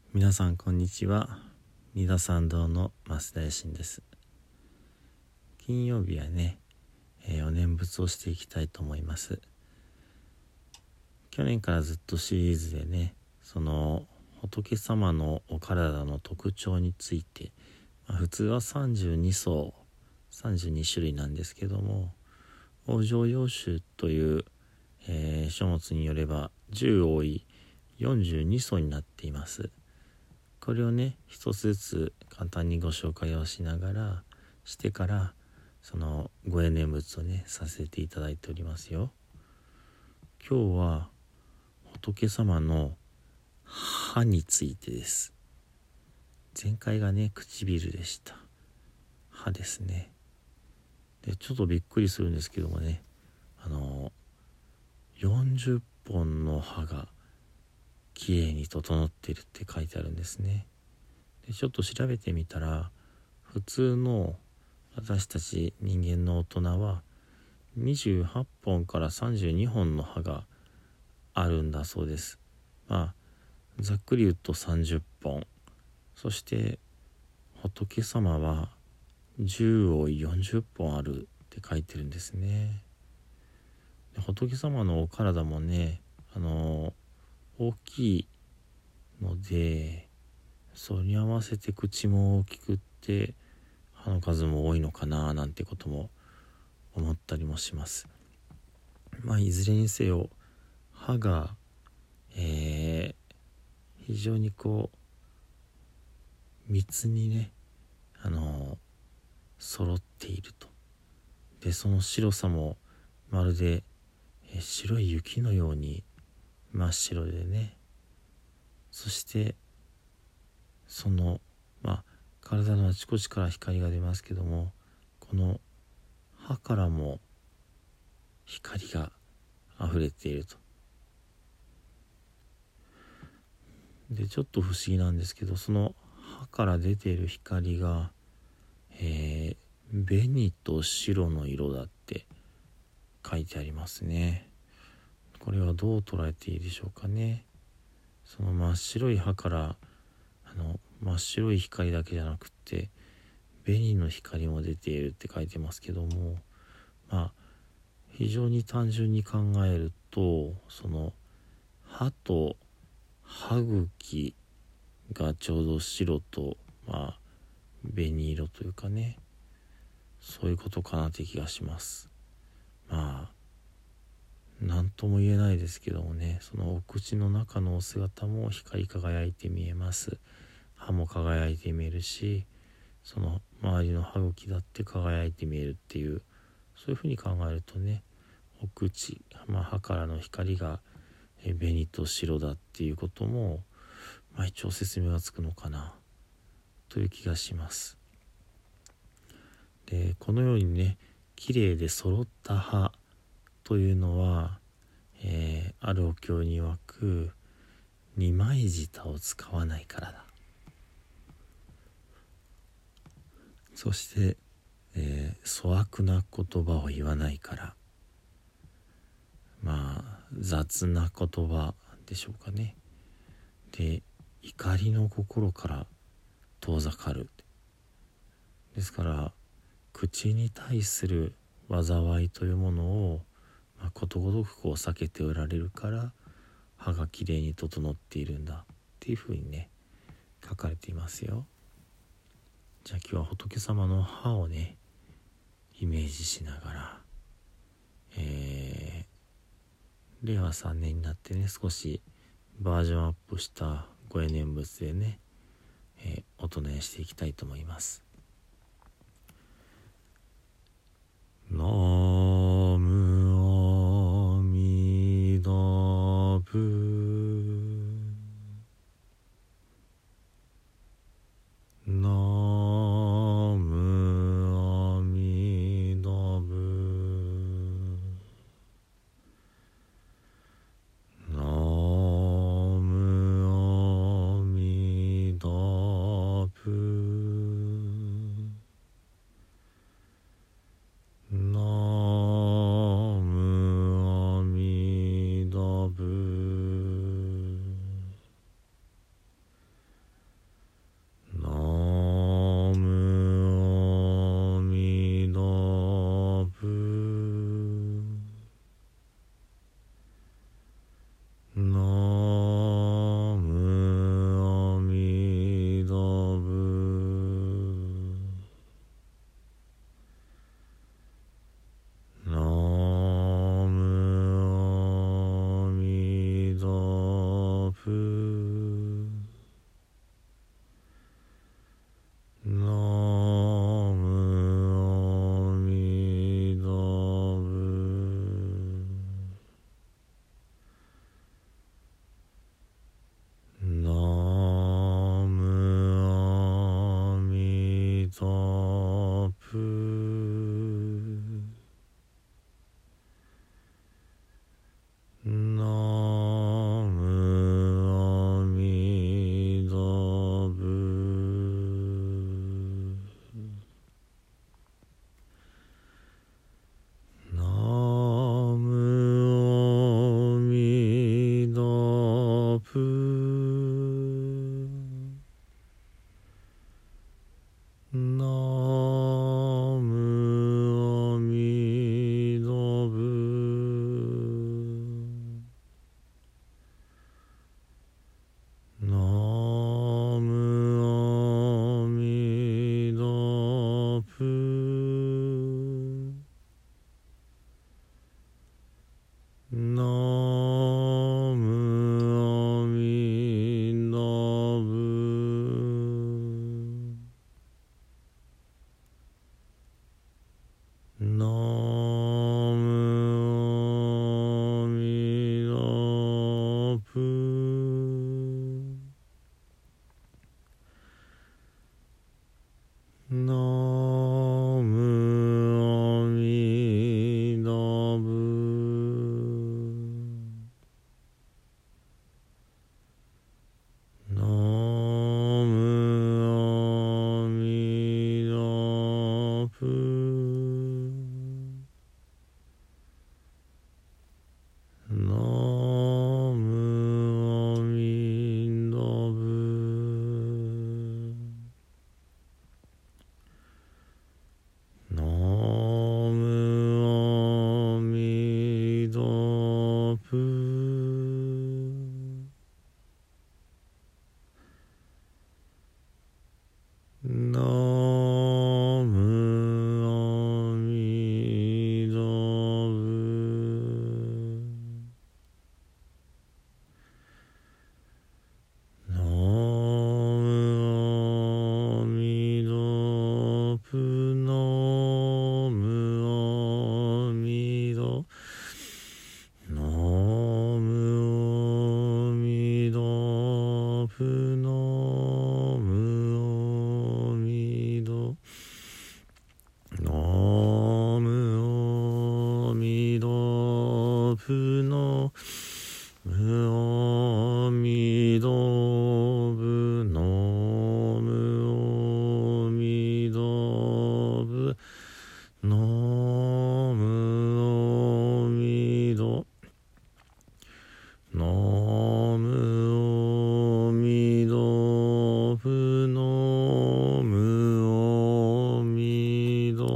皆さんこんにちは。三田参道の増田信です。金曜日はね、お念仏をしていきたいと思います。去年からずっとシリーズでね、その仏様のお体の特徴について、普通は32層32種類なんですけども、往生要宗という、書物によれば10多い42層になっています。これをね一つずつ簡単にご紹介をしながらしてから、そのご縁念仏をねさせていただいておりますよ。今日は仏様の歯についてです。前回がね唇でした。歯ですね。でちょっとびっくりするんですけどもね、40本の歯がきれいに整っているって書いてあるんですね。でちょっと調べてみたら、普通の私たち人間の大人は28本から32本の歯があるんだそうです。ざっくり言うと30本。そして仏様は10を40本あるって書いてるんですね。で仏様のお体もね、大きいので、それに合わせて口も大きくって歯の数も多いのかななんてことも思ったりもします。いずれにせよ歯が、非常に密にね揃っていると。でその白さもまるで、白い雪のように真っ白でね、そしてその体のあちこちから光が出ますけども、この歯からも光が溢れていると。でちょっと不思議なんですけど、その歯から出ている光が、紅と白の色だって書いてありますね。これはどう捉えていいでしょうかね。その真っ白い歯から真っ白い光だけじゃなくて紅の光も出ているって書いてますけども、非常に単純に考えると、その歯と歯茎がちょうど白と紅色というかね、そういうことかなって気がします。なんとも言えないですけどもね、そのお口の中のお姿も光り輝いて見えます。歯も輝いて見えるし、その周りの歯茎だって輝いて見えるっていう、そういうふうに考えるとね、お口、歯からの光が紅と白だっていうことも、一応説明がつくのかなという気がします。でこのようにね綺麗で揃った歯というのは、あるお経に曰く二枚舌を使わないからだ。そして、粗悪な言葉を言わないから、雑な言葉でしょうかね。で怒りの心から遠ざかる。ですから口に対する災いというものを、ことごとく避けておられるから歯がきれいに整っているんだっていうふうにね書かれていますよ。じゃあ今日は仏様の歯をねイメージしながら、令和3年になってね少しバージョンアップしたご縁念仏でね、お唱えしていきたいと思います。ナムアミダブナムアミダブナムアミダブナムアミダブどぶナムアミダブナムアミダブナムアミダブナムアミダブナムアミダブナムアミダブナムアミダブナムアミダブナムアミダブナムアミダブナムアミダブナムアミダブナムアミダナムアミダブナムアミダナムアミダブナムアミダブナムアミダブナムアミダナムアミダブナムアミダ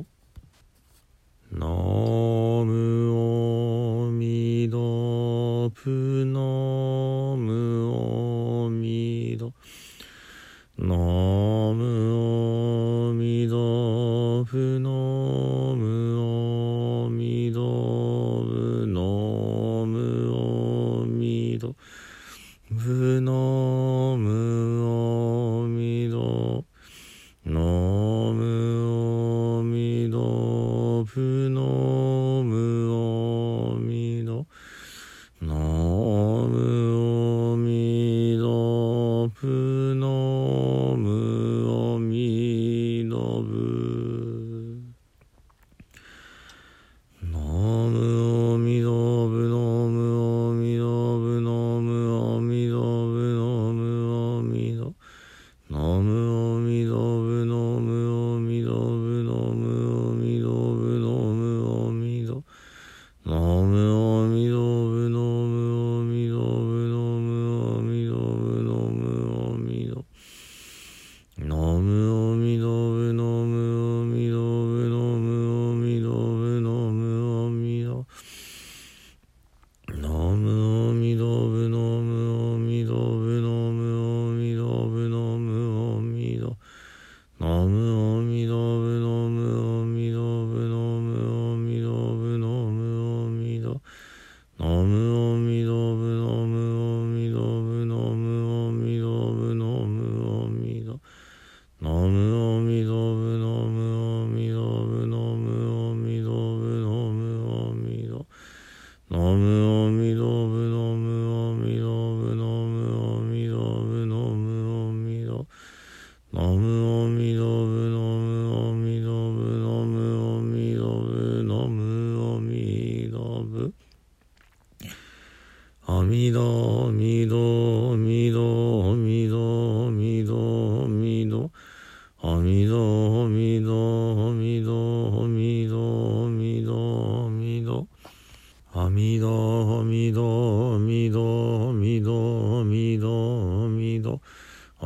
ナムアミダブナムアミダナムアミダブナムアミダブナムアミダブナムアミダナムアミダブナムアミダナムアミダブナムアミダブナムアミダブナムアミダブナムアミダブナムアミダナムアミダブナム